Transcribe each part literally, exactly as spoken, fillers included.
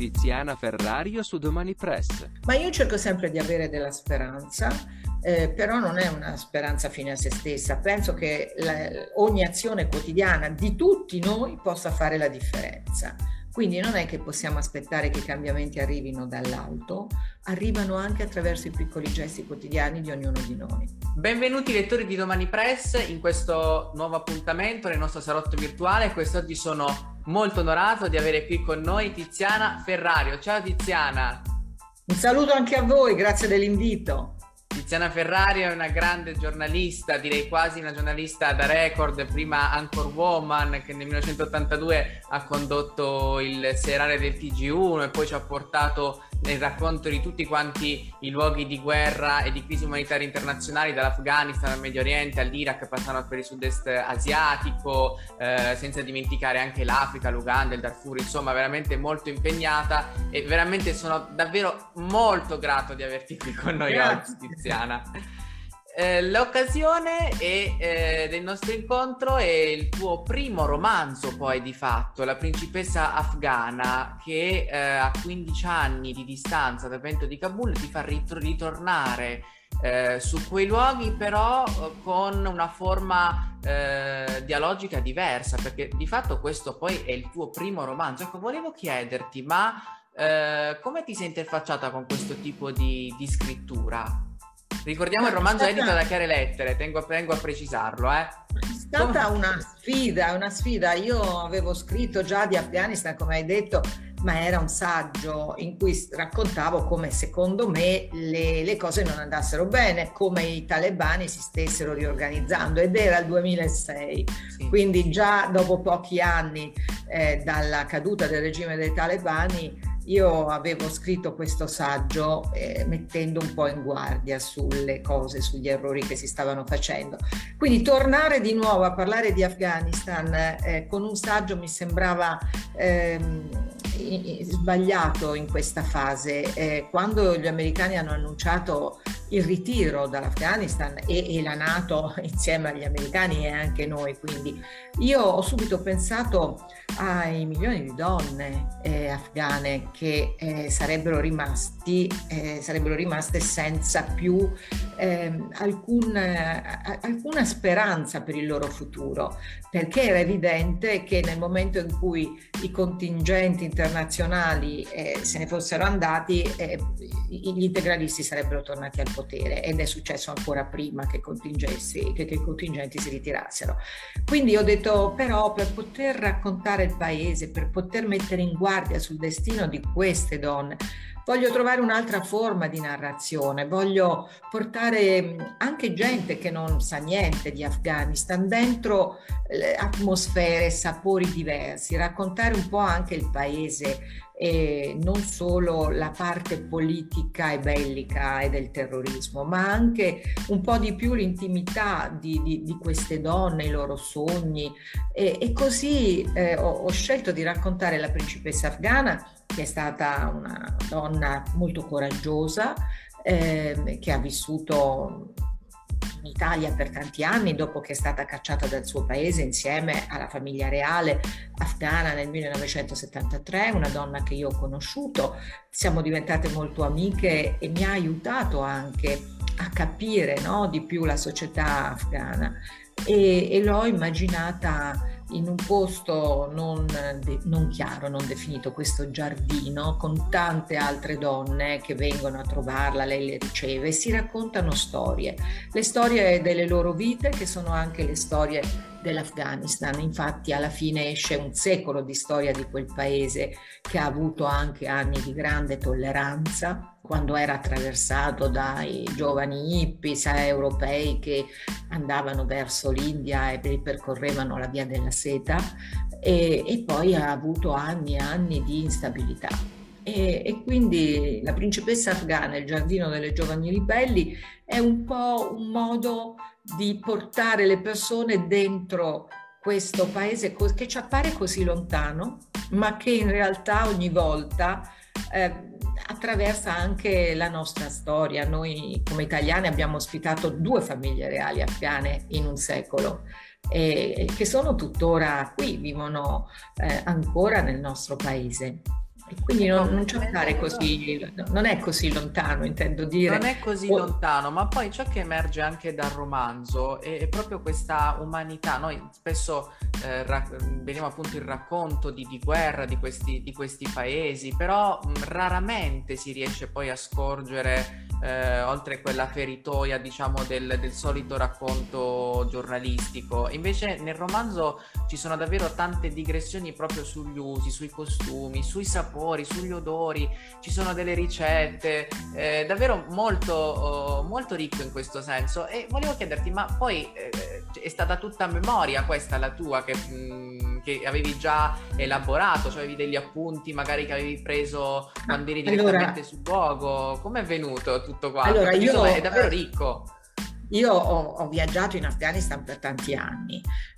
Tiziana Ferrario su Domani Press. Ma io cerco sempre di avere della speranza, eh, però non è una speranza fine a se stessa. Penso che la, ogni azione quotidiana di tutti noi possa fare la differenza. Quindi non è che possiamo aspettare che i cambiamenti arrivino dall'alto, arrivano anche attraverso i piccoli gesti quotidiani di ognuno di noi. Benvenuti lettori di Domani Press in questo nuovo appuntamento nel nostro salotto virtuale. Quest'oggi sono molto onorato di avere qui con noi Tiziana Ferrario. Ciao Tiziana. Un saluto anche a voi, grazie dell'invito. Tiziana Ferrario è una grande giornalista, direi quasi una giornalista da record, prima Anchor Woman che nel millenovecentottantadue ha condotto il serale del T G uno e poi ci ha portato nel racconto di tutti quanti i luoghi di guerra e di crisi umanitaria internazionali, dall'Afghanistan al Medio Oriente all'Iraq, passando per il sud-est asiatico, eh, senza dimenticare anche l'Africa, l'Uganda, il Darfur, insomma veramente molto impegnata, e veramente sono davvero molto grato di averti qui con noi Grazie. oggi Tiziana. Eh, l'occasione è, eh, del nostro incontro è il tuo primo romanzo, poi di fatto, La principessa afghana, che eh, a quindici anni di distanza dal vento di Kabul ti fa rit- ritornare eh, su quei luoghi, però eh, con una forma eh, dialogica diversa, perché di fatto questo poi è il tuo primo romanzo. Ecco, volevo chiederti, ma eh, come ti sei interfacciata con questo tipo di, di scrittura? Ricordiamo il romanzo edito da Chiare Lettere, tengo, tengo a precisarlo. Eh. È stata una sfida, una sfida. Io avevo scritto già di Afghanistan, come hai detto, ma era un saggio in cui raccontavo come secondo me le, le cose non andassero bene, come i talebani si stessero riorganizzando, ed era il duemilasei, sì. Quindi già dopo pochi anni eh, dalla caduta del regime dei talebani io avevo scritto questo saggio eh, mettendo un po' in guardia sulle cose, sugli errori che si stavano facendo. Quindi tornare di nuovo a parlare di Afghanistan eh, con un saggio mi sembrava ehm, sbagliato in questa fase. Eh, quando gli americani hanno annunciato il ritiro dall'Afghanistan e, e la NATO insieme agli americani e anche noi, quindi io ho subito pensato ai milioni di donne eh, afghane che eh, sarebbero rimasti eh, sarebbero rimaste senza più eh, alcun, eh, alcuna speranza per il loro futuro, perché era evidente che nel momento in cui i contingenti internazionali eh, se ne fossero andati, eh, gli integralisti sarebbero tornati al potere, ed è successo ancora prima che, contingenti, che, che i contingenti si ritirassero. Quindi ho detto, però, per poter raccontare il paese, per poter mettere in guardia sul destino di queste donne, voglio trovare un'altra forma di narrazione, voglio portare anche gente che non sa niente di Afghanistan dentro atmosfere, sapori diversi, raccontare un po' anche il paese e non solo la parte politica e bellica e del terrorismo, ma anche un po' di più l'intimità di, di, di queste donne, i loro sogni, e, e così eh, ho, ho scelto di raccontare la principessa afghana, che è stata una donna molto coraggiosa, eh, che ha vissuto in Italia per tanti anni dopo che è stata cacciata dal suo paese insieme alla famiglia reale afghana nel millenovecentosettantatré, una donna che io ho conosciuto, siamo diventate molto amiche e mi ha aiutato anche a capire, no, di più la società afghana, e, e l'ho immaginata in un posto non, de, non chiaro, non definito, questo giardino con tante altre donne che vengono a trovarla, lei le riceve e si raccontano storie, le storie delle loro vite, che sono anche le storie dell'Afghanistan. Infatti alla fine esce un secolo di storia di quel paese, che ha avuto anche anni di grande tolleranza, quando era attraversato dai giovani hippies europei che andavano verso l'India e ripercorrevano la via della seta, e, e poi ha avuto anni e anni di instabilità. E, e quindi La principessa afghana, il giardino delle giovani ribelli, è un po' un modo di portare le persone dentro questo paese che ci appare così lontano, ma che in realtà ogni volta eh, attraversa anche la nostra storia. Noi come italiani abbiamo ospitato due famiglie reali afghane in un secolo, e che sono tuttora qui, vivono eh, ancora nel nostro paese. Quindi Ecco, non, non ci andare mentre così, non è così lontano, intendo dire. non è così O- lontano, ma poi ciò che emerge anche dal romanzo è, è proprio questa umanità. Noi spesso eh, ra- vediamo appunto il racconto di, di guerra di questi, di questi paesi, però mh, raramente si riesce poi a scorgere, eh, oltre quella feritoia, diciamo, del, del solito racconto giornalistico. Invece nel romanzo ci sono davvero tante digressioni proprio sugli usi, sui costumi, sui sapori, sugli odori, ci sono delle ricette, eh, davvero molto, oh, molto ricco in questo senso. E volevo chiederti, ma poi eh, è stata tutta memoria questa la tua che, mh, che avevi già elaborato, cioè avevi degli appunti magari che avevi preso quando eri direttamente Allora, sul luogo? Com'è venuto tutto quanto? allora Perché io, insomma è davvero eh, ricco. io ho, ho viaggiato in Afghanistan per tanti anni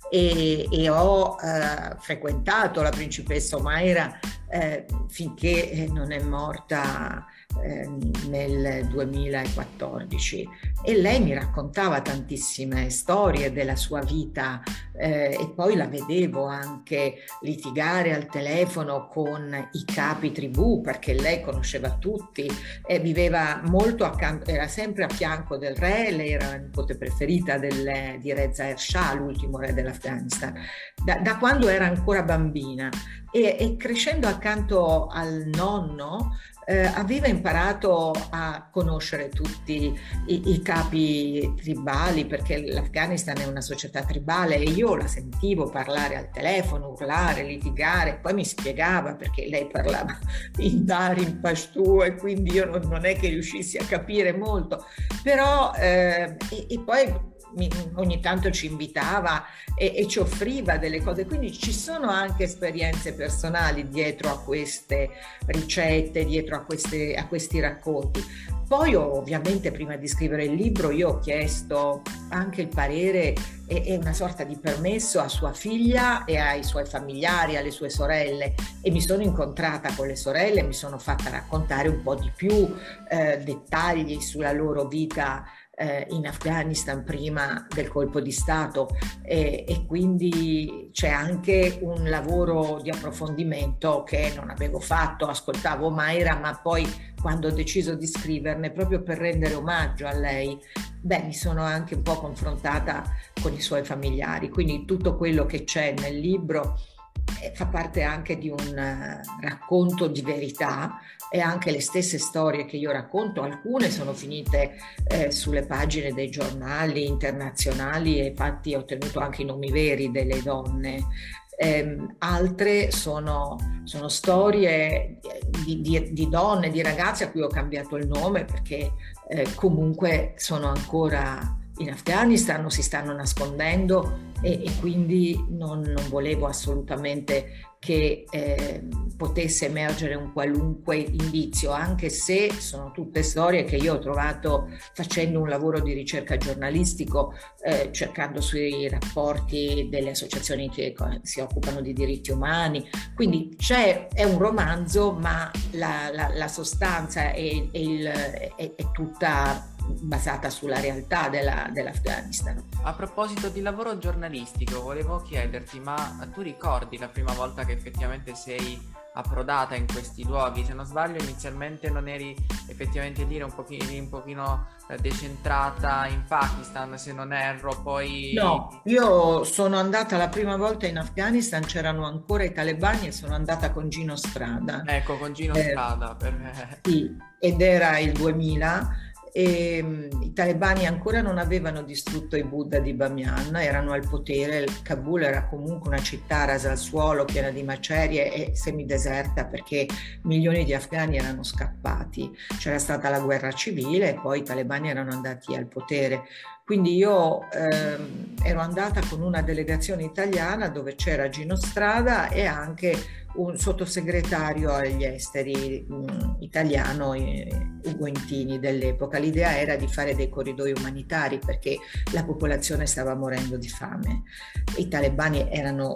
e, e ho eh, frequentato la principessa Omaira eh, finché eh, non è morta eh, nel duemilaquattordici, e lei mi raccontava tantissime storie della sua vita eh, e poi la vedevo anche litigare al telefono con i capi tribù, perché lei conosceva tutti e viveva molto accanto, era sempre a fianco del re. Lei era la nipote preferita del, di Reza Zahir Shah, l'ultimo re dell'Afghanistan, da, da quando era ancora bambina, e, e crescendo accanto al nonno eh, aveva imparato a conoscere tutti i, i capi tribali, perché l'Afghanistan è una società tribale, e io la sentivo parlare al telefono, urlare, litigare. Poi mi spiegava, perché lei parlava in Dari, in Pashto, e quindi io non, non è che riuscissi a capire molto, però eh, e, e poi mi, ogni tanto ci invitava e, e ci offriva delle cose, quindi ci sono anche esperienze personali dietro a queste ricette, dietro a, queste, a questi racconti. Poi ovviamente prima di scrivere il libro io ho chiesto anche il parere e, e una sorta di permesso a sua figlia e ai suoi familiari, alle sue sorelle, e mi sono incontrata con le sorelle, mi sono fatta raccontare un po' di più eh, dettagli sulla loro vita eh, in Afghanistan prima del colpo di Stato, e, e quindi c'è anche un lavoro di approfondimento che non avevo fatto. Ascoltavo Omaira, ma poi quando ho deciso di scriverne, proprio per rendere omaggio a lei, beh, mi sono anche un po' confrontata con i suoi familiari, quindi tutto quello che c'è nel libro eh, fa parte anche di un uh, racconto di verità, e anche le stesse storie che io racconto, alcune sono finite eh, sulle pagine dei giornali internazionali, e infatti ho ottenuto anche i nomi veri delle donne. Eh, altre sono, sono storie di, di, di donne, di ragazze a cui ho cambiato il nome, perché eh, comunque sono ancora in Afghanistan, non si stanno nascondendo, e, e quindi non, non volevo assolutamente che eh, potesse emergere un qualunque indizio, anche se sono tutte storie che io ho trovato facendo un lavoro di ricerca giornalistico, eh, cercando sui rapporti delle associazioni che si occupano di diritti umani. Quindi c'è, è un romanzo, ma la, la, la sostanza è, è, il, è, è tutta basata sulla realtà della, dell'Afghanistan. A proposito di lavoro giornalistico, volevo chiederti, ma tu ricordi la prima volta che effettivamente sei approdata in questi luoghi? Se non sbaglio, inizialmente non eri effettivamente lì, un pochino, un pochino decentrata in Pakistan, se non erro, poi... No, io sono andata la prima volta in Afghanistan, c'erano ancora i talebani, e sono andata con Gino Strada. Ecco, con Gino eh, Strada. Per me. Sì, ed era il duemila. E, um, i talebani ancora non avevano distrutto i Buddha di Bamiyan, erano al potere. Kabul era comunque una città rasa al suolo, piena di macerie e semideserta, perché milioni di afghani erano scappati. C'era stata la guerra civile e poi i talebani erano andati al potere. Quindi io ehm, ero andata con una delegazione italiana dove c'era Gino Strada e anche un sottosegretario agli esteri mh, italiano, eh, Ugo Intini, dell'epoca. L'idea era di fare dei corridoi umanitari perché la popolazione stava morendo di fame. I talebani erano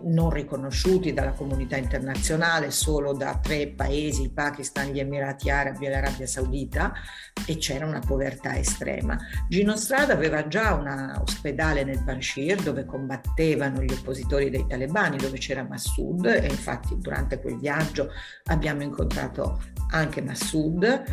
non riconosciuti dalla comunità internazionale, solo da tre paesi, il Pakistan, gli Emirati Arabi e l'Arabia Saudita, e c'era una povertà estrema. Gino Strada aveva già un ospedale nel Panjshir dove combattevano gli oppositori dei talebani, dove c'era Massoud, e infatti durante quel viaggio abbiamo incontrato anche Massoud,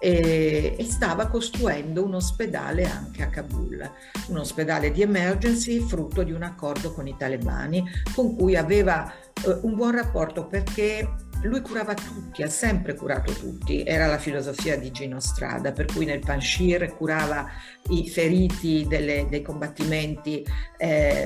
e, e stava costruendo un ospedale anche a Kabul, un ospedale di emergency frutto di un accordo con i talebani con cui aveva eh, un buon rapporto, perché lui curava tutti, ha sempre curato tutti, era la filosofia di Gino Strada, per cui nel Panjshir curava i feriti delle, dei combattimenti eh,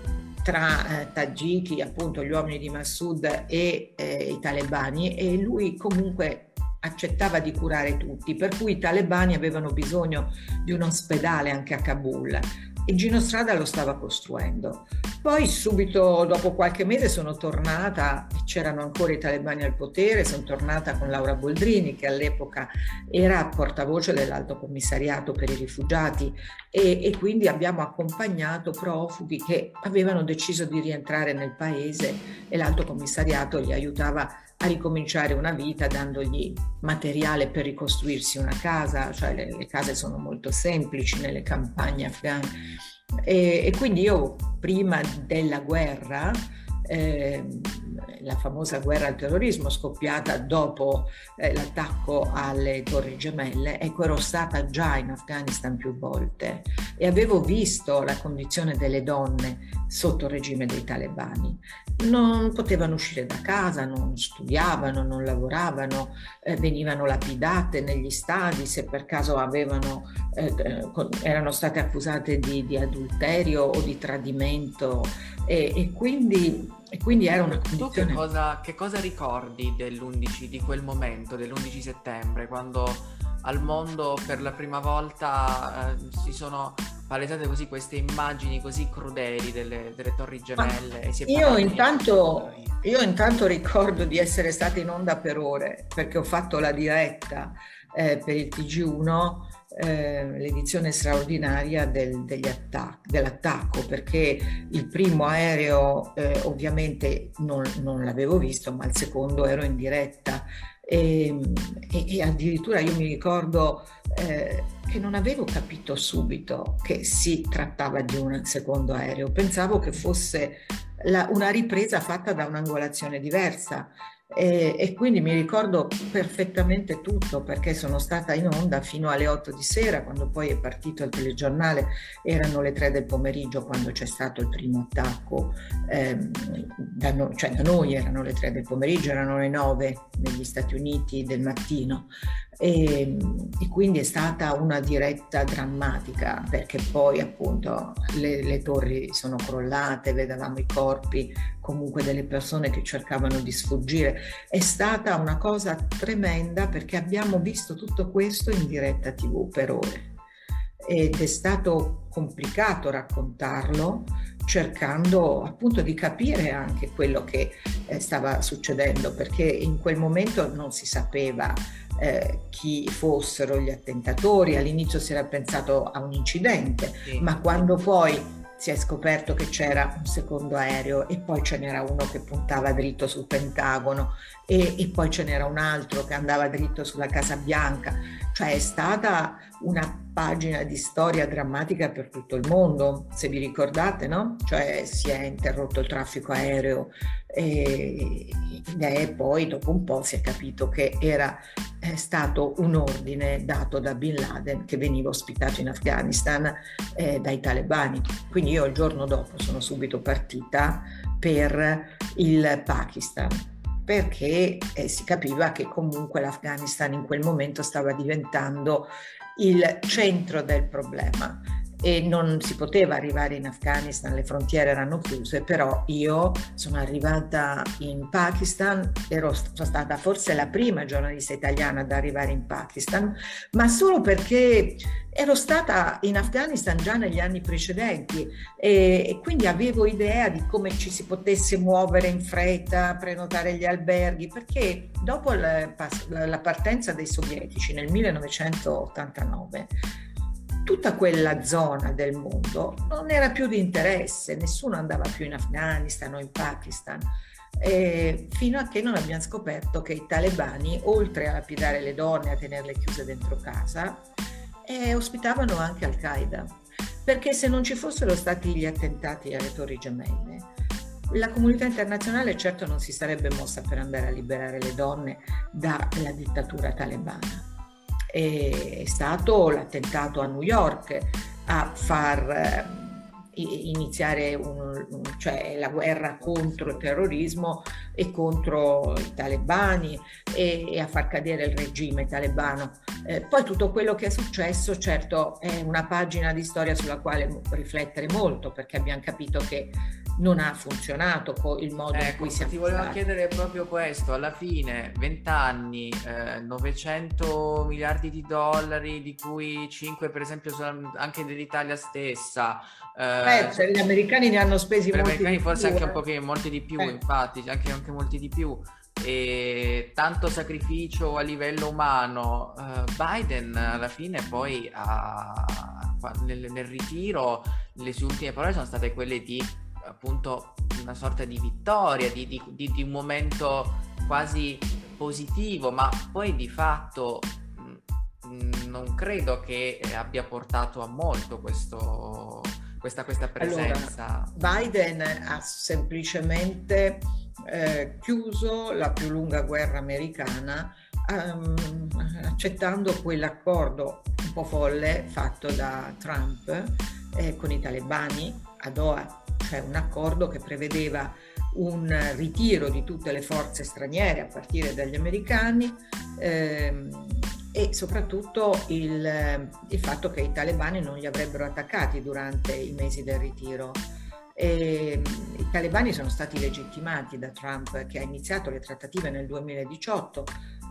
tra eh, tagiki, appunto gli uomini di Massoud, e eh, i talebani, e lui comunque accettava di curare tutti, per cui i talebani avevano bisogno di un ospedale anche a Kabul e Gino Strada lo stava costruendo. Poi subito dopo qualche mese sono tornata, c'erano ancora i talebani al potere, sono tornata con Laura Boldrini, che all'epoca era portavoce dell'Alto Commissariato per i rifugiati, e, e quindi abbiamo accompagnato profughi che avevano deciso di rientrare nel paese e l'Alto Commissariato li aiutava a ricominciare una vita dandogli materiale per ricostruirsi una casa, cioè le, le case sono molto semplici nelle campagne afghane. E, e quindi io prima della guerra, eh, la famosa guerra al terrorismo scoppiata dopo eh, l'attacco alle Torri Gemelle, ecco, ero stata già in Afghanistan più volte e avevo visto la condizione delle donne sotto il regime dei talebani. Non potevano uscire da casa, non studiavano, non lavoravano, eh, venivano lapidate negli stadi se per caso avevano, eh, erano state accusate di, di adulterio o di tradimento, e, e, quindi, e quindi era una condizione. Tu che cosa, che cosa ricordi dell'undici, di quel momento, dell'undici settembre, quando al mondo per la prima volta eh, si sono palesate così queste immagini così crudeli delle, delle Torri Gemelle? E si è io, intanto, io intanto ricordo di essere stata in onda per ore, perché ho fatto la diretta eh, per il T G uno, eh, l'edizione straordinaria del, degli attac- dell'attacco, perché il primo aereo eh, ovviamente non, non l'avevo visto, ma il secondo ero in diretta. E, e, e addirittura io mi ricordo eh, che non avevo capito subito che si trattava di un secondo aereo, pensavo che fosse la, una ripresa fatta da un'angolazione diversa, e, e quindi mi ricordo perfettamente tutto, perché sono stata in onda fino alle otto di sera, quando poi è partito il telegiornale erano le tre del pomeriggio quando c'è stato il primo attacco, ehm, da, no, cioè da noi erano le tre del pomeriggio, erano le nove negli Stati Uniti del mattino, e, e quindi è stata una diretta drammatica, perché poi appunto le, le torri sono crollate, vedevamo i corpi comunque delle persone che cercavano di sfuggire. È stata una cosa tremenda, perché abbiamo visto tutto questo in diretta tivù per ore ed è stato complicato raccontarlo, cercando appunto di capire anche quello che eh, stava succedendo, perché in quel momento non si sapeva eh, chi fossero gli attentatori. All'inizio si era pensato a un incidente, sì. Ma quando poi si è scoperto che c'era un secondo aereo e poi ce n'era uno che puntava dritto sul Pentagono e, e poi ce n'era un altro che andava dritto sulla Casa Bianca, cioè è stata una pagina di storia drammatica per tutto il mondo, se vi ricordate, no? Cioè si è interrotto il traffico aereo e, e poi dopo un po' si è capito che era è stato un ordine dato da Bin Laden che veniva ospitato in Afghanistan eh, dai talebani. Quindi io il giorno dopo sono subito partita per il Pakistan, perché eh, si capiva che comunque l'Afghanistan in quel momento stava diventando il centro del problema e non si poteva arrivare in Afghanistan, le frontiere erano chiuse. Però io sono arrivata in Pakistan, ero sono stata forse la prima giornalista italiana ad arrivare in Pakistan, ma solo perché ero stata in Afghanistan già negli anni precedenti e, e quindi avevo idea di come ci si potesse muovere in fretta, prenotare gli alberghi, perché dopo la, la partenza dei sovietici nel millenovecentottantanove tutta quella zona del mondo non era più di interesse, nessuno andava più in Afghanistan o in Pakistan, eh, fino a che non abbiamo scoperto che i talebani, oltre a lapidare le donne, a tenerle chiuse dentro casa, eh, ospitavano anche Al-Qaeda, perché se non ci fossero stati gli attentati alle Torri Gemelle, la comunità internazionale certo non si sarebbe mossa per andare a liberare le donne dalla dittatura talebana. È stato l'attentato a New York a far iniziare un, cioè la guerra contro il terrorismo e contro i talebani e, e a far cadere il regime talebano. Eh, poi tutto quello che è successo certo è una pagina di storia sulla quale riflettere molto, perché abbiamo capito che non ha funzionato il modo ecco, in cui siamo ti volevo stati. chiedere proprio questo, alla fine venti anni, eh, novecento miliardi di dollari, di cui cinque per esempio sono anche dell'Italia stessa. Eh, eh, cioè, gli americani ne hanno spesi molti americani di forse più, anche eh. un pochino, molti di più, eh. infatti, anche, anche molti di più. E tanto sacrificio a livello umano. uh, Biden alla fine poi ha, nel, nel ritiro le sue ultime parole sono state quelle di appunto una sorta di vittoria, di, di, di, di un momento quasi positivo, ma poi di fatto mh, non credo che abbia portato a molto questo, questa, questa presenza. Allora, Biden ha semplicemente eh, chiuso la più lunga guerra americana um, accettando quell'accordo un po' folle fatto da Trump eh, con i talebani a Doha. Cioè un accordo che prevedeva un ritiro di tutte le forze straniere a partire dagli americani ehm, e soprattutto il, il fatto che i talebani non li avrebbero attaccati durante i mesi del ritiro. E, i talebani sono stati legittimati da Trump, che ha iniziato le trattative nel duemiladiciotto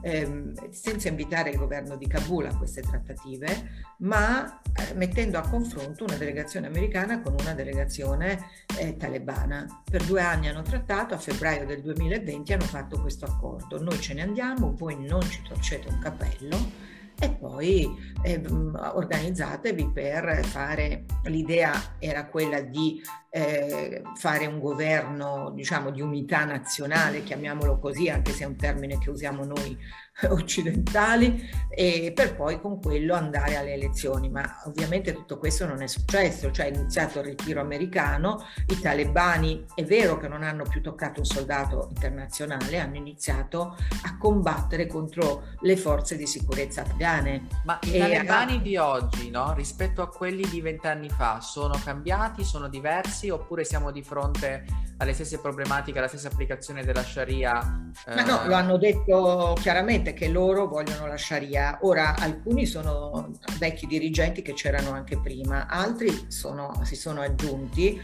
ehm, senza invitare il governo di Kabul a queste trattative, ma eh, mettendo a confronto una delegazione americana con una delegazione eh, talebana. Per due anni hanno trattato, a febbraio del duemilaventi hanno fatto questo accordo: noi ce ne andiamo, voi non ci torcete un capello e poi eh, organizzatevi per fare, l'idea era quella di eh, fare un governo, diciamo, di unità nazionale, chiamiamolo così, anche se è un termine che usiamo noi occidentali, e per poi con quello andare alle elezioni. Ma ovviamente tutto questo non è successo, cioè è iniziato il ritiro americano, i talebani è vero che non hanno più toccato un soldato internazionale, hanno iniziato a combattere contro le forze di sicurezza afghane. Ma i talebani a... di oggi, no, rispetto a quelli di vent'anni fa, sono cambiati, sono diversi, oppure siamo di fronte alle stesse problematiche, alla stessa applicazione della Sharia? Eh... Ma no, lo hanno detto chiaramente che loro vogliono la Sharia. Ora, alcuni sono vecchi dirigenti che c'erano anche prima, altri sono, si sono aggiunti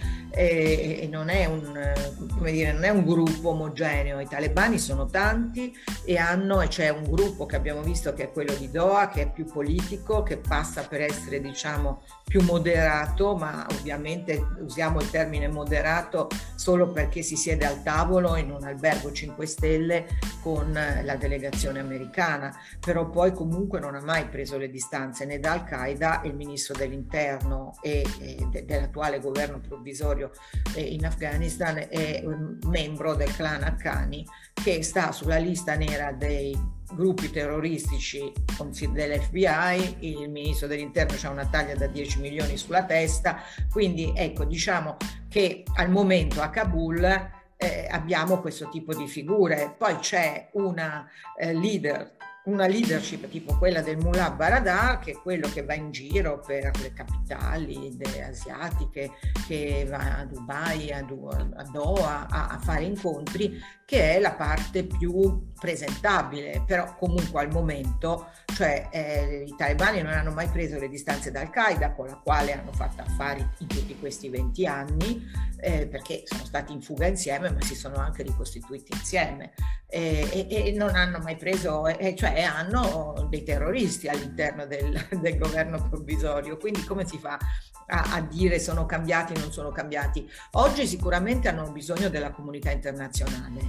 e, e non è un, come dire, non è un gruppo omogeneo. I talebani sono tanti e hanno, e c'è un gruppo che abbiamo visto che è quello di Doha, che è più politico, che passa per essere, diciamo, più moderato, ma ovviamente usiamo il termine moderato solo perché si siede al tavolo in un albergo cinque stelle con la delegazione americana, però poi comunque non ha mai preso le distanze né da Al-Qaeda. Il ministro dell'interno e, e de, dell'attuale governo provvisorio eh, in Afghanistan è un membro del clan Haqqani, che sta sulla lista nera dei gruppi terroristici dell'F B I. Il ministro dell'interno ha una taglia da dieci milioni sulla testa, quindi ecco, diciamo che al momento a Kabul eh, abbiamo questo tipo di figure. Poi c'è una eh, leader una leadership tipo quella del Mullah Baradar, che è quello che va in giro per le capitali asiatiche, che va a Dubai, a, a Doha a, a fare incontri, che è la parte più presentabile. Però comunque al momento, cioè eh, i talebani non hanno mai preso le distanze da Al-Qaeda, con la quale hanno fatto affari in tutti questi venti anni, eh, perché sono stati in fuga insieme ma si sono anche ricostituiti insieme, eh, e, e non hanno mai preso, eh, cioè hanno dei terroristi all'interno del, del governo provvisorio. Quindi come si fa a, a dire sono cambiati o non sono cambiati? Oggi sicuramente hanno bisogno della comunità internazionale,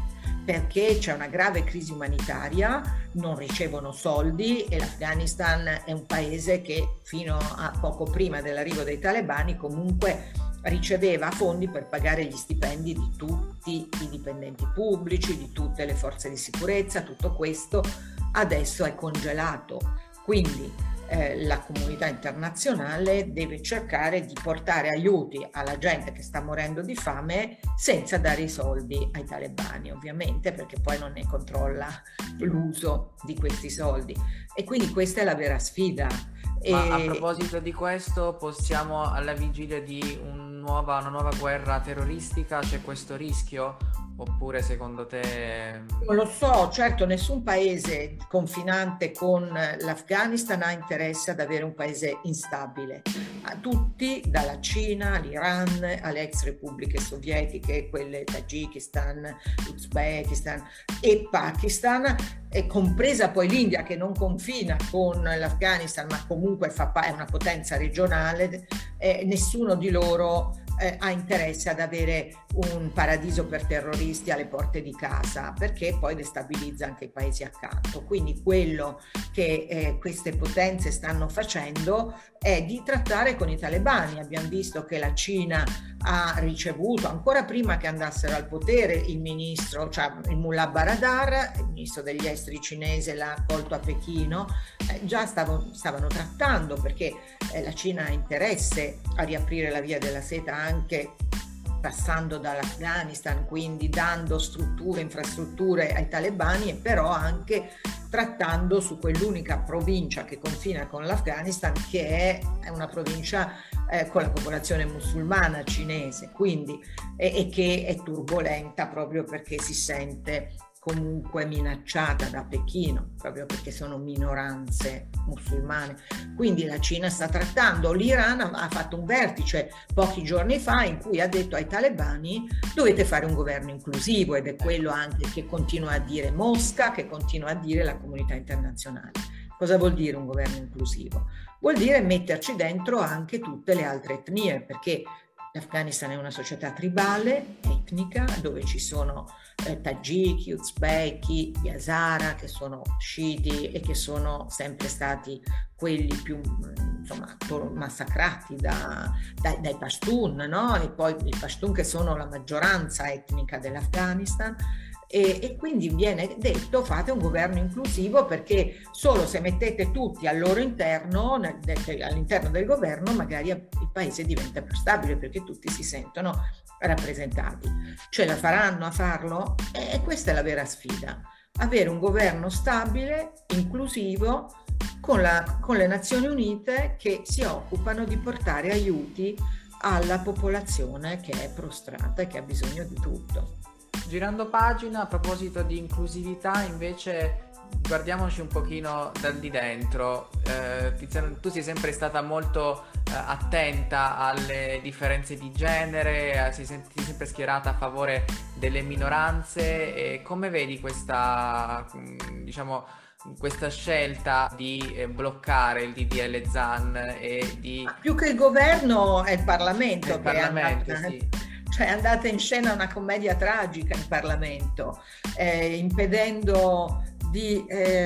perché c'è una grave crisi umanitaria, non ricevono soldi e l'Afghanistan è un paese che fino a poco prima dell'arrivo dei talebani comunque riceveva fondi per pagare gli stipendi di tutti i dipendenti pubblici, di tutte le forze di sicurezza. Tutto questo adesso è congelato, quindi eh, la comunità internazionale deve cercare di portare aiuti alla gente che sta morendo di fame senza dare i soldi ai talebani, ovviamente, perché poi non ne controlla l'uso di questi soldi. E quindi questa è la vera sfida. Ma a E... proposito di questo, possiamo alla vigilia di un nuova, una nuova guerra terroristica, c'è questo rischio? Oppure secondo te... Non lo so, certo nessun paese confinante con l'Afghanistan ha interesse ad avere un paese instabile. A tutti, dalla Cina all'Iran, alle ex repubbliche sovietiche, quelle Tagikistan, Uzbekistan e Pakistan, e compresa poi l'India che non confina con l'Afghanistan ma comunque fa, è una potenza regionale, eh, nessuno di loro Eh, ha interesse ad avere un paradiso per terroristi alle porte di casa, perché poi destabilizza anche i paesi accanto. Quindi quello che eh, queste potenze stanno facendo è di trattare con i talebani. Abbiamo visto che la Cina ha ricevuto, ancora prima che andassero al potere, il ministro, cioè il Mullah Baradar, il ministro degli esteri cinese, l'ha accolto a Pechino, eh, già stavo, stavano trattando, perché eh, la Cina ha interesse a riaprire la via della seta anche passando dall'Afghanistan, quindi dando strutture, infrastrutture ai talebani, e però anche trattando su quell'unica provincia che confina con l'Afghanistan, che è una provincia eh, con la popolazione musulmana cinese, quindi e, e che è turbolenta proprio perché si sente comunque minacciata da Pechino, proprio perché sono minoranze musulmane. Quindi la Cina sta trattando. L'Iran ha fatto un vertice pochi giorni fa in cui ha detto ai talebani: dovete fare un governo inclusivo, ed è quello anche che continua a dire Mosca, che continua a dire la comunità internazionale. Cosa vuol dire un governo inclusivo? Vuol dire metterci dentro anche tutte le altre etnie, perché l'Afghanistan è una società tribale, etnica, dove ci sono eh, Tagiki, Uzbeki, gli Hazara, che sono sciiti e che sono sempre stati quelli più insomma massacrati da, da, dai Pashtun, no? E poi i Pashtun che sono la maggioranza etnica dell'Afghanistan. E, e quindi viene detto: fate un governo inclusivo, perché solo se mettete tutti al loro interno, nel, de, all'interno del governo, magari il paese diventa più stabile, perché tutti si sentono rappresentati. Ce la faranno a farlo? E, e questa è la vera sfida: avere un governo stabile, inclusivo, con, la, con le Nazioni Unite che si occupano di portare aiuti alla popolazione che è prostrata e che ha bisogno di tutto. Girando pagina, a proposito di inclusività, invece guardiamoci un pochino dal di dentro. Eh, Tiziana, tu sei sempre stata molto eh, attenta alle differenze di genere, sei, sei sempre schierata a favore delle minoranze. E come vedi questa, diciamo, questa scelta di eh, bloccare il D D L Zan e di... Ma più che il governo è il Parlamento, il che Parlamento, è andata, sì. Cioè è andata in scena una commedia tragica in Parlamento, eh, impedendo di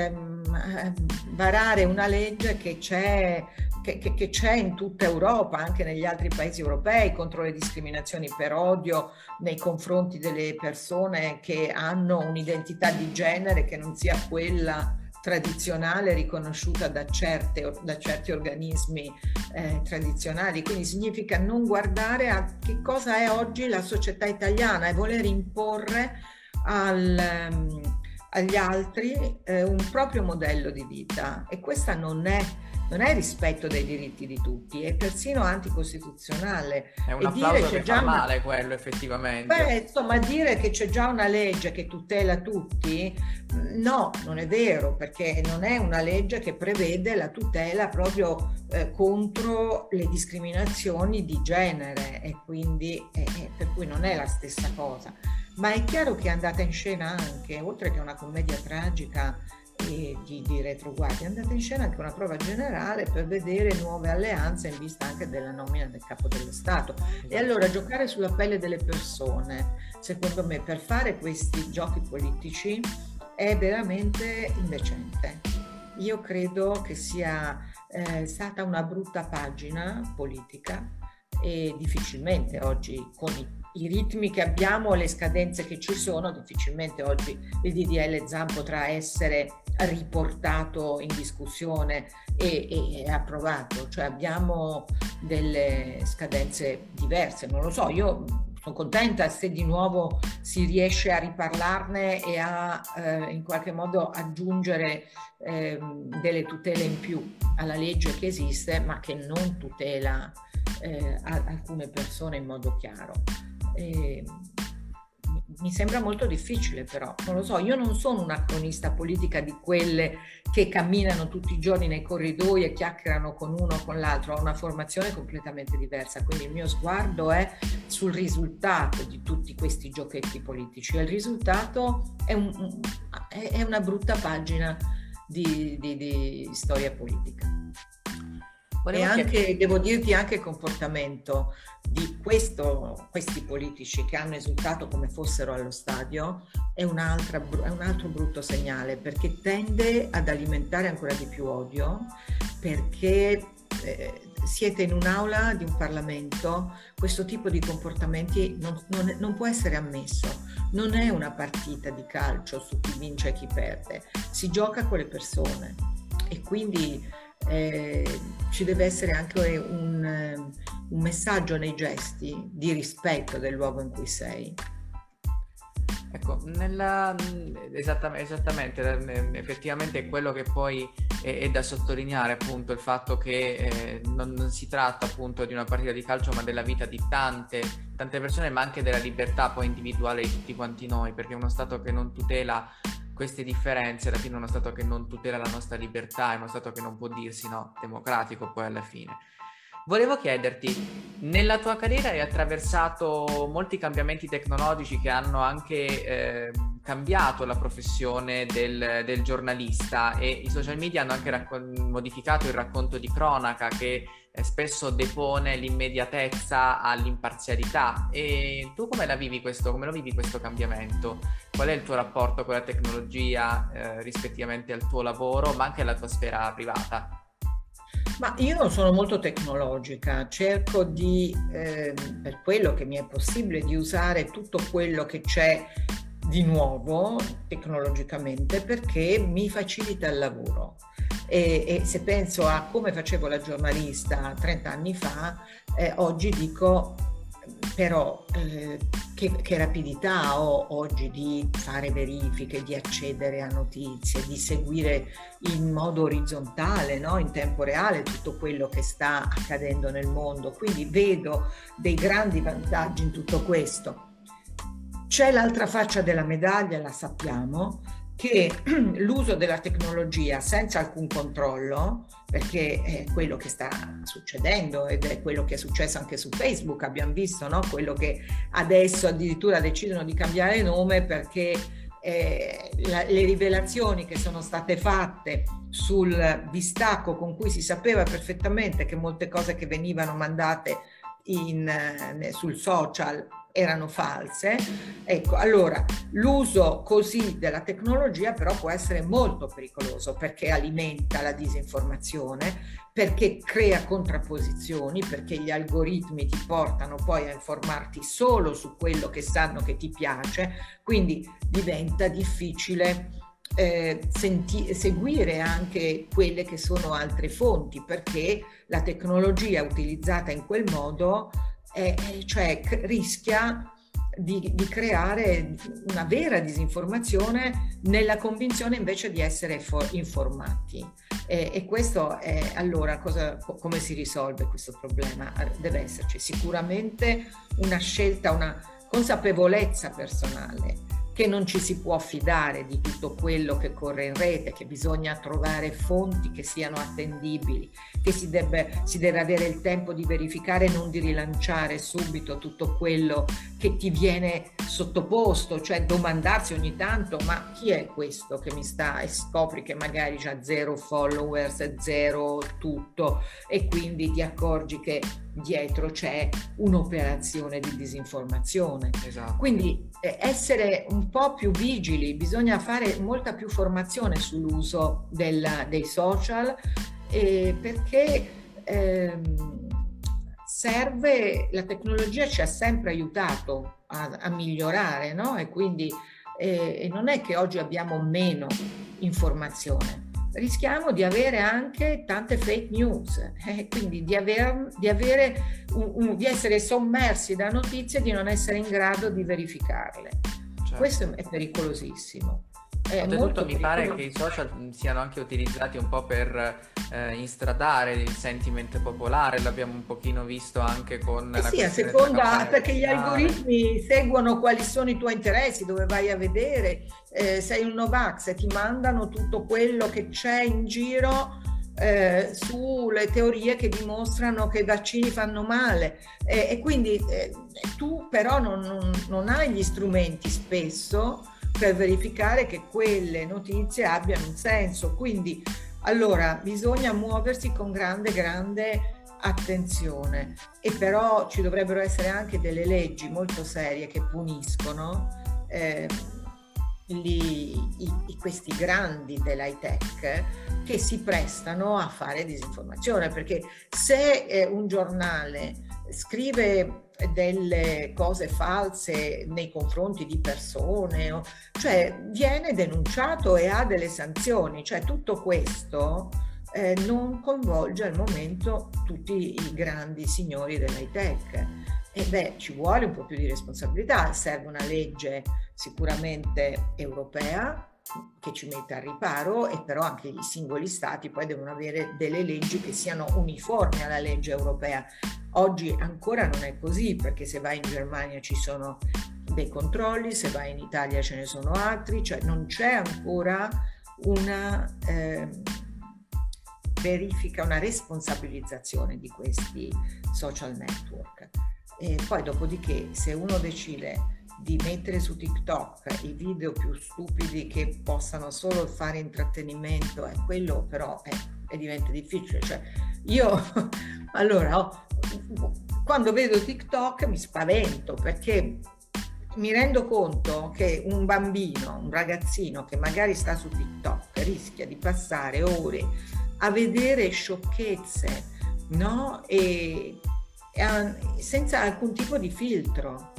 ehm, varare una legge che c'è, che, che, che c'è in tutta Europa, anche negli altri paesi europei, contro le discriminazioni per odio nei confronti delle persone che hanno un'identità di genere che non sia quella tradizionale riconosciuta da, certe, da certi organismi eh, tradizionali. Quindi significa non guardare a che cosa è oggi la società italiana e voler imporre al, um, agli altri eh, un proprio modello di vita, e questa non è non è rispetto dei diritti di tutti, è persino anticostituzionale. È un e applauso dire che c'è già fa una... male quello, effettivamente. Beh, insomma, dire che c'è già una legge che tutela tutti, no, non è vero, perché non è una legge che prevede la tutela proprio eh, contro le discriminazioni di genere, e quindi eh, per cui non è la stessa cosa. Ma è chiaro che è andata in scena anche, oltre che una commedia tragica, di, di, di retroguardia, è andata in scena anche una prova generale per vedere nuove alleanze in vista anche della nomina del capo dello Stato. E allora giocare sulla pelle delle persone, secondo me, per fare questi giochi politici è veramente indecente. Io credo che sia eh, stata una brutta pagina politica e difficilmente oggi, con i, i ritmi che abbiamo, le scadenze che ci sono, difficilmente oggi il D D L Zan potrà essere riportato in discussione e, e, e approvato. Cioè abbiamo delle scadenze diverse, non lo so, io sono contenta se di nuovo si riesce a riparlarne e a eh, in qualche modo aggiungere eh, delle tutele in più alla legge che esiste, ma che non tutela eh, alcune persone in modo chiaro. E mi sembra molto difficile, però non lo so, io non sono una cronista politica di quelle che camminano tutti i giorni nei corridoi e chiacchierano con uno o con l'altro, ho una formazione completamente diversa, quindi il mio sguardo è sul risultato di tutti questi giochetti politici e il risultato è, un, è una brutta pagina di, di, di storia politica. Volevo e anche, chiedere... devo dirti, anche il comportamento di questo, questi politici che hanno esultato come fossero allo stadio è, un'altra, è un altro brutto segnale, perché tende ad alimentare ancora di più odio, perché eh, siete in un'aula di un Parlamento, questo tipo di comportamenti non, non, non può essere ammesso. Non è una partita di calcio su chi vince e chi perde, si gioca con le persone e quindi Eh, ci deve essere anche un, un messaggio nei gesti di rispetto del luogo in cui sei. Ecco, nella, esattamente, esattamente, effettivamente è quello che poi è, è da sottolineare, appunto, il fatto che eh, non, non si tratta appunto di una partita di calcio, ma della vita di tante, tante persone, ma anche della libertà poi individuale di tutti quanti noi, perché uno Stato che non tutela queste differenze, alla fine è uno Stato che non tutela la nostra libertà, è uno Stato che non può dirsi no, democratico poi alla fine. Volevo chiederti, nella tua carriera hai attraversato molti cambiamenti tecnologici che hanno anche eh, cambiato la professione del, del giornalista, e i social media hanno anche raccon- modificato il racconto di cronaca che eh, spesso depone l'immediatezza all'imparzialità. E tu come la vivi questo, come lo vivi questo cambiamento? Qual è il tuo rapporto con la tecnologia eh, rispettivamente al tuo lavoro, ma anche alla tua sfera privata? Ma io non sono molto tecnologica, cerco di, eh, per quello che mi è possibile, di usare tutto quello che c'è di nuovo tecnologicamente, perché mi facilita il lavoro. E, e se penso a come facevo la giornalista trenta anni fa, eh, oggi dico però eh, che, che rapidità ho oggi di fare verifiche, di accedere a notizie, di seguire in modo orizzontale, no? In tempo reale tutto quello che sta accadendo nel mondo, quindi vedo dei grandi vantaggi in tutto questo. C'è l'altra faccia della medaglia, la sappiamo, che l'uso della tecnologia senza alcun controllo, perché è quello che sta succedendo ed è quello che è successo anche su Facebook, abbiamo visto, no? Quello che adesso addirittura decidono di cambiare nome perché eh, la, le rivelazioni che sono state fatte sul distacco con cui si sapeva perfettamente che molte cose che venivano mandate in, eh, sul social erano false. Ecco, allora l'uso così della tecnologia però può essere molto pericoloso, perché alimenta la disinformazione, perché crea contrapposizioni, perché gli algoritmi ti portano poi a informarti solo su quello che sanno che ti piace, quindi diventa difficile eh, senti- seguire anche quelle che sono altre fonti, perché la tecnologia utilizzata in quel modo Eh, cioè rischia di, di creare una vera disinformazione nella convinzione invece di essere for- informati e, e questo è allora cosa, come si risolve questo problema? Deve esserci sicuramente una scelta, una consapevolezza personale che non ci si può fidare di tutto quello che corre in rete, che bisogna trovare fonti che siano attendibili, che si deve, si deve avere il tempo di verificare e non di rilanciare subito tutto quello che ti viene sottoposto, cioè domandarsi ogni tanto ma chi è questo che mi sta, e scopri che magari c'ha zero followers, zero tutto, e quindi ti accorgi che dietro c'è un'operazione di disinformazione. Esatto. Quindi eh, essere un po' più vigili, bisogna fare molta più formazione sull'uso del, dei social, eh, perché ehm, serve, la tecnologia ci ha sempre aiutato a, a migliorare, no? E quindi eh, e non è che oggi abbiamo meno informazione, rischiamo di avere anche tante fake news, eh, quindi di, aver, di, avere un, un, di essere sommersi da notizie e di non essere in grado di verificarle. Certo. Questo è pericolosissimo. È Oltretutto mi pare che i social siano anche utilizzati un po' per eh, instradare il sentiment popolare, l'abbiamo un pochino visto anche con eh la sì, a seconda, perché gli algoritmi seguono quali sono i tuoi interessi, dove vai a vedere, eh, sei un Novax e ti mandano tutto quello che c'è in giro eh, sulle teorie che dimostrano che i vaccini fanno male, eh, e quindi eh, tu però non, non, non hai gli strumenti spesso per verificare che quelle notizie abbiano un senso. Quindi allora bisogna muoversi con grande grande attenzione, e però ci dovrebbero essere anche delle leggi molto serie che puniscono eh, li, i, i, questi grandi dell'high tech che si prestano a fare disinformazione, perché se eh, un giornale scrive delle cose false nei confronti di persone, o, cioè viene denunciato e ha delle sanzioni, cioè tutto questo eh, non coinvolge al momento tutti i grandi signori dell'high tech. E beh, ci vuole un po' più di responsabilità, serve una legge sicuramente europea che ci metta al riparo, e però anche i singoli stati poi devono avere delle leggi che siano uniformi alla legge europea. Oggi ancora non è così, perché se vai in Germania ci sono dei controlli, se vai in Italia ce ne sono altri, cioè non c'è ancora una eh, verifica, una responsabilizzazione di questi social network. E poi dopodiché, se uno decide di mettere su TikTok i video più stupidi che possano solo fare intrattenimento, e eh, quello però è, è diventa difficile. Cioè io allora oh, quando vedo TikTok mi spavento, perché mi rendo conto che un bambino, un ragazzino che magari sta su TikTok rischia di passare ore a vedere sciocchezze, no? E, e senza alcun tipo di filtro.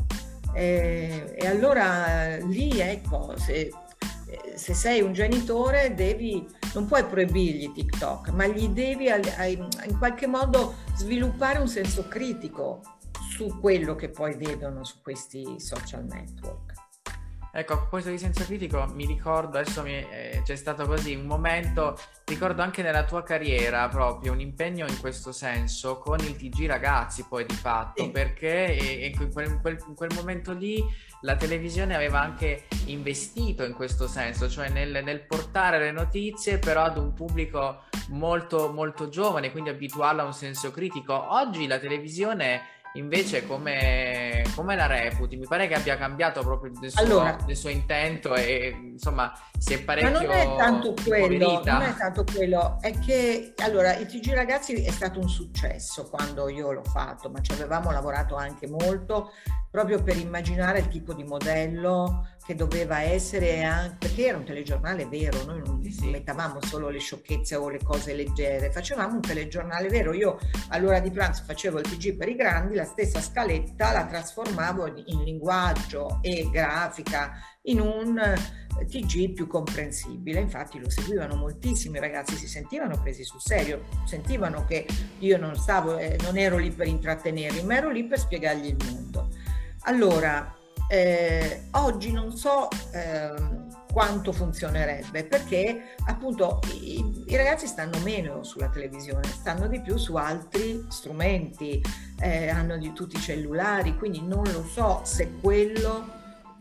E, e allora lì, ecco, se, se sei un genitore devi, non puoi proibirgli TikTok, ma gli devi in qualche modo sviluppare un senso critico su quello che poi vedono su questi social network. Ecco, a proposito di senso critico, mi ricordo, adesso mi, eh, c'è stato così un momento, ricordo anche nella tua carriera proprio un impegno in questo senso con il T G Ragazzi poi di fatto, sì. Perché eh, in, quel, in, quel, in quel momento lì la televisione aveva anche investito in questo senso, cioè nel, nel portare le notizie però ad un pubblico molto molto giovane, quindi abituarlo a un senso critico. Oggi la televisione invece come, come la reputi? Mi pare che abbia cambiato proprio il suo, allora, il suo intento, e insomma si è parecchio. Ma non è tanto quello, non è tanto quello, è che allora il T G Ragazzi è stato un successo quando io l'ho fatto, ma ci avevamo lavorato anche molto proprio per immaginare il tipo di modello che doveva essere, anche perché era un telegiornale vero, noi non sì. mettavamo solo le sciocchezze o le cose leggere, facevamo un telegiornale vero. Io all'ora di pranzo facevo il T G per i grandi, la stessa scaletta la trasformavo in linguaggio e grafica in un T G più comprensibile. Infatti lo seguivano moltissimi, i ragazzi si sentivano presi sul serio, sentivano che io non stavo, eh, non ero lì per intrattenerli, ma ero lì per spiegargli il mondo. Allora, eh, oggi non so eh, quanto funzionerebbe, perché appunto i, i ragazzi stanno meno sulla televisione, stanno di più su altri strumenti, eh, hanno di tutti i cellulari, quindi non lo so se quello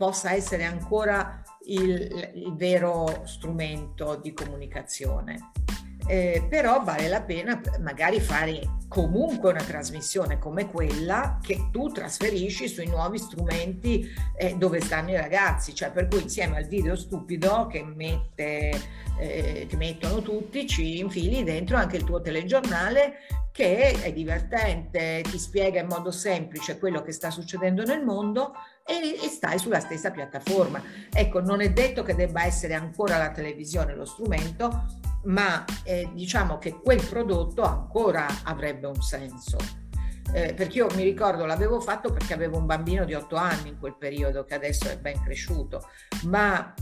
possa essere ancora il, il vero strumento di comunicazione. Eh, però vale la pena magari fare comunque una trasmissione come quella che tu trasferisci sui nuovi strumenti eh, dove stanno i ragazzi, cioè per cui insieme al video stupido che mette eh, che mettono tutti ci infili dentro anche il tuo telegiornale che è divertente, ti spiega in modo semplice quello che sta succedendo nel mondo e, e stai sulla stessa piattaforma. Ecco, non è detto che debba essere ancora la televisione lo strumento, ma eh, diciamo che quel prodotto ancora avrebbe un senso. Eh, perché io mi ricordo l'avevo fatto perché avevo un bambino di otto anni in quel periodo che adesso è ben cresciuto, ma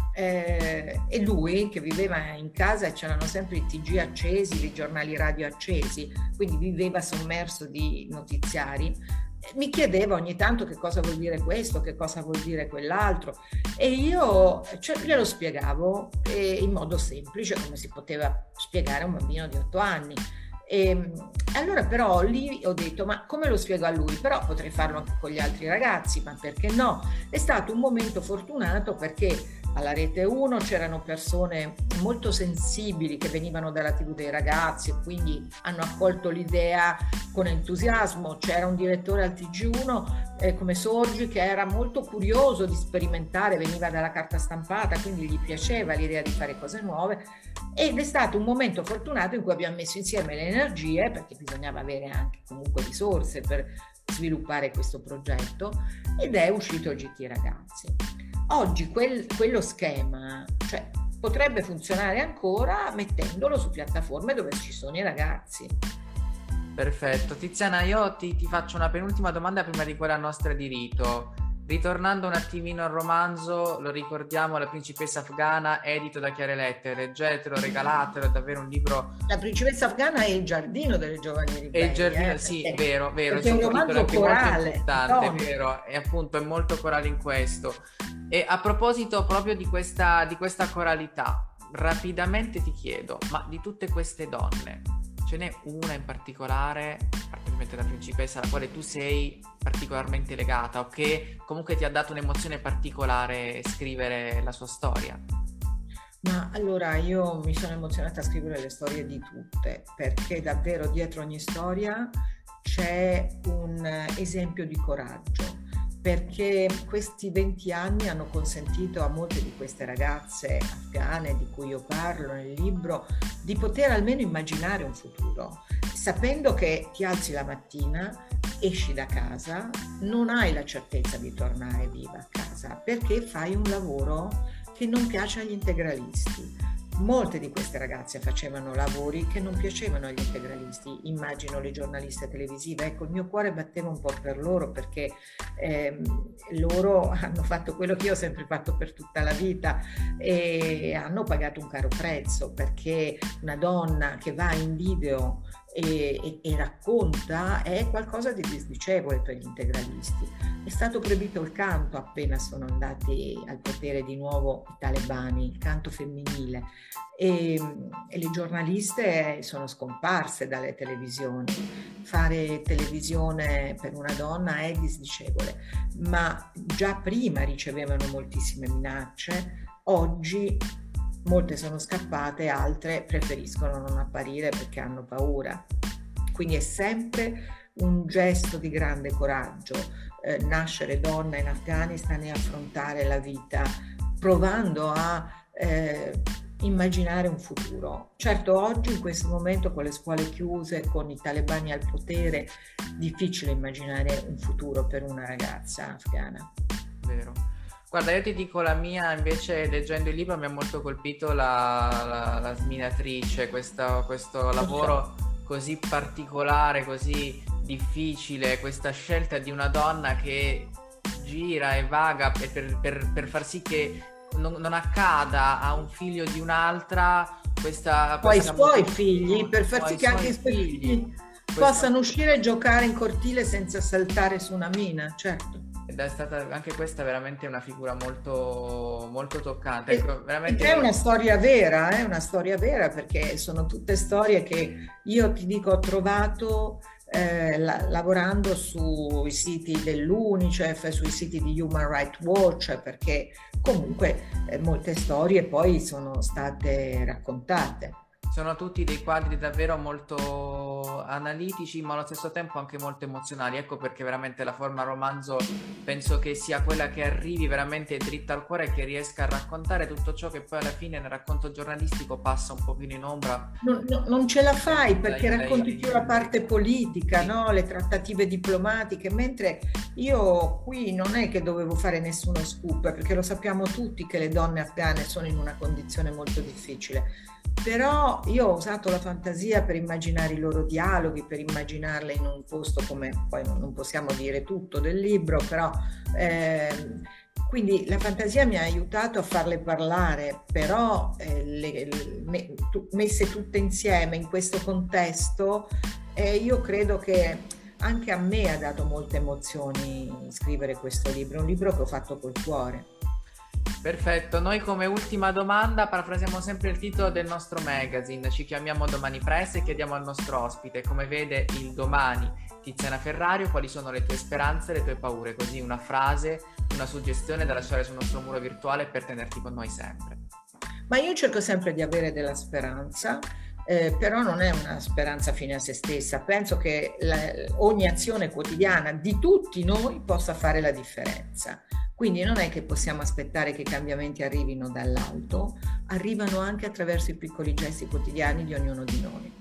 eh, e lui che viveva in casa e c'erano sempre i T G accesi, i giornali radio accesi, quindi viveva sommerso di notiziari, mi chiedeva ogni tanto che cosa vuol dire questo, che cosa vuol dire quell'altro, e io cioè, glielo spiegavo eh, in modo semplice come si poteva spiegare a un bambino di otto anni. E allora però lì ho detto ma come lo spiego a lui? Però potrei farlo anche con gli altri ragazzi, ma perché no? È stato un momento fortunato perché alla Rete uno c'erano persone molto sensibili che venivano dalla tivù dei ragazzi e quindi hanno accolto l'idea con entusiasmo. C'era un direttore al T G uno eh, come Sorgi che era molto curioso di sperimentare, veniva dalla carta stampata, quindi gli piaceva l'idea di fare cose nuove, ed è stato un momento fortunato in cui abbiamo messo insieme le energie, perché bisognava avere anche comunque risorse per sviluppare questo progetto, ed è uscito il G T Ragazzi. Oggi quel, quello schema, cioè, potrebbe funzionare ancora mettendolo su piattaforme dove ci sono i ragazzi. Perfetto. Tiziana, io ti, ti faccio una penultima domanda prima di quella nostra di rito. Ritornando un attimino al romanzo, lo ricordiamo, La principessa afghana, edito da Chiare Lettere. Leggetelo, regalatelo, è davvero un libro... La principessa afghana è il giardino delle giovani ribelli. È il giardino, eh, sì, perché, vero, vero. Perché è un romanzo corale. Molto importante, è vero, e appunto è molto corale in questo. E a proposito proprio di questa, di questa coralità, rapidamente ti chiedo, ma di tutte queste donne, ce n'è una in particolare, probabilmente la principessa, alla quale tu sei particolarmente legata o che comunque ti ha dato un'emozione particolare scrivere la sua storia? Ma allora io mi sono emozionata a scrivere le storie di tutte, perché davvero dietro ogni storia c'è un esempio di coraggio, perché questi venti anni hanno consentito a molte di queste ragazze afghane di cui io parlo nel libro di poter almeno immaginare un futuro, sapendo che ti alzi la mattina, esci da casa, non hai la certezza di tornare viva a casa perché fai un lavoro che non piace agli integralisti. Molte di queste ragazze facevano lavori che non piacevano agli integralisti, immagino le giornaliste televisive. Ecco, il mio cuore batteva un po' per loro perché ehm, loro hanno fatto quello che io ho sempre fatto per tutta la vita e hanno pagato un caro prezzo, perché una donna che va in video E, e, e racconta è qualcosa di disdicevole per gli integralisti. È stato proibito il canto appena sono andati al potere di nuovo i talebani, il canto femminile, e, e le giornaliste sono scomparse dalle televisioni. Fare televisione per una donna è disdicevole, ma già prima ricevevano moltissime minacce. Oggi molte sono scappate, altre preferiscono non apparire perché hanno paura. Quindi è sempre un gesto di grande coraggio eh, nascere donna in Afghanistan e affrontare la vita provando a eh, immaginare un futuro. Certo, oggi in questo momento con le scuole chiuse, con i talebani al potere, è difficile immaginare un futuro per una ragazza afghana. Vero. Guarda, io ti dico la mia, invece leggendo il libro mi ha molto colpito la, la, la sminatrice, questo, questo lavoro così particolare, così difficile, questa scelta di una donna che gira e vaga per, per, per, per far sì che non, non accada a un figlio di un'altra questa... Poi i questa suoi figli, per far sì che anche i suoi figli, figli questa... possano uscire e giocare in cortile senza saltare su una mina, certo. Ed è stata anche questa veramente una figura molto, molto toccante. E, ecco, veramente... È una storia vera, è una storia vera perché sono tutte storie che io ti dico ho trovato eh, la, lavorando sui siti dell'UNICEF, sui siti di Human Rights Watch, perché comunque eh, molte storie poi sono state raccontate. Sono tutti dei quadri davvero molto analitici, ma allo stesso tempo anche molto emozionali. Ecco perché veramente la forma romanzo penso che sia quella che arrivi veramente dritta al cuore e che riesca a raccontare tutto ciò che poi alla fine nel racconto giornalistico passa un pochino in ombra. Non, no, non ce la fai perché dai, racconti dai, più la parte politica, sì. no? Le trattative diplomatiche, mentre io qui non è che dovevo fare nessuno scoop, perché lo sappiamo tutti che le donne afghane sono in una condizione molto difficile. Però io ho usato la fantasia per immaginare i loro dialoghi, per immaginarle in un posto come, poi non possiamo dire tutto del libro, però eh, quindi la fantasia mi ha aiutato a farle parlare, però eh, le, le, me, tu, messe tutte insieme in questo contesto, eh, io credo che anche a me ha dato molte emozioni scrivere questo libro, un libro che ho fatto col cuore. Perfetto, noi come ultima domanda parafrasiamo sempre il titolo del nostro magazine, ci chiamiamo Domani Press e chiediamo al nostro ospite come vede il domani. Tiziana Ferrario, quali sono le tue speranze e le tue paure? Così una frase, una suggestione da lasciare sul nostro muro virtuale per tenerti con noi sempre. Ma io cerco sempre di avere della speranza, eh, però non è una speranza fine a se stessa. Penso che la, ogni azione quotidiana di tutti noi possa fare la differenza. Quindi non è che possiamo aspettare che i cambiamenti arrivino dall'alto, arrivano anche attraverso i piccoli gesti quotidiani di ognuno di noi.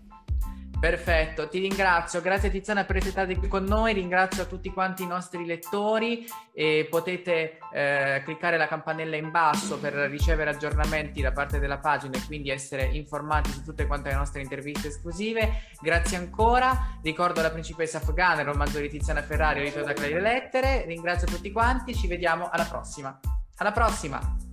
Perfetto, ti ringrazio, grazie Tiziana per essere stata qui con noi, ringrazio a tutti quanti i nostri lettori e potete eh, cliccare la campanella in basso per ricevere aggiornamenti da parte della pagina e quindi essere informati su tutte quante le nostre interviste esclusive. Grazie ancora, ricordo la principessa afghana, il romanzo di Tiziana Ferrario, edito da Claire Lettere, ringrazio tutti quanti, ci vediamo alla prossima. Alla prossima!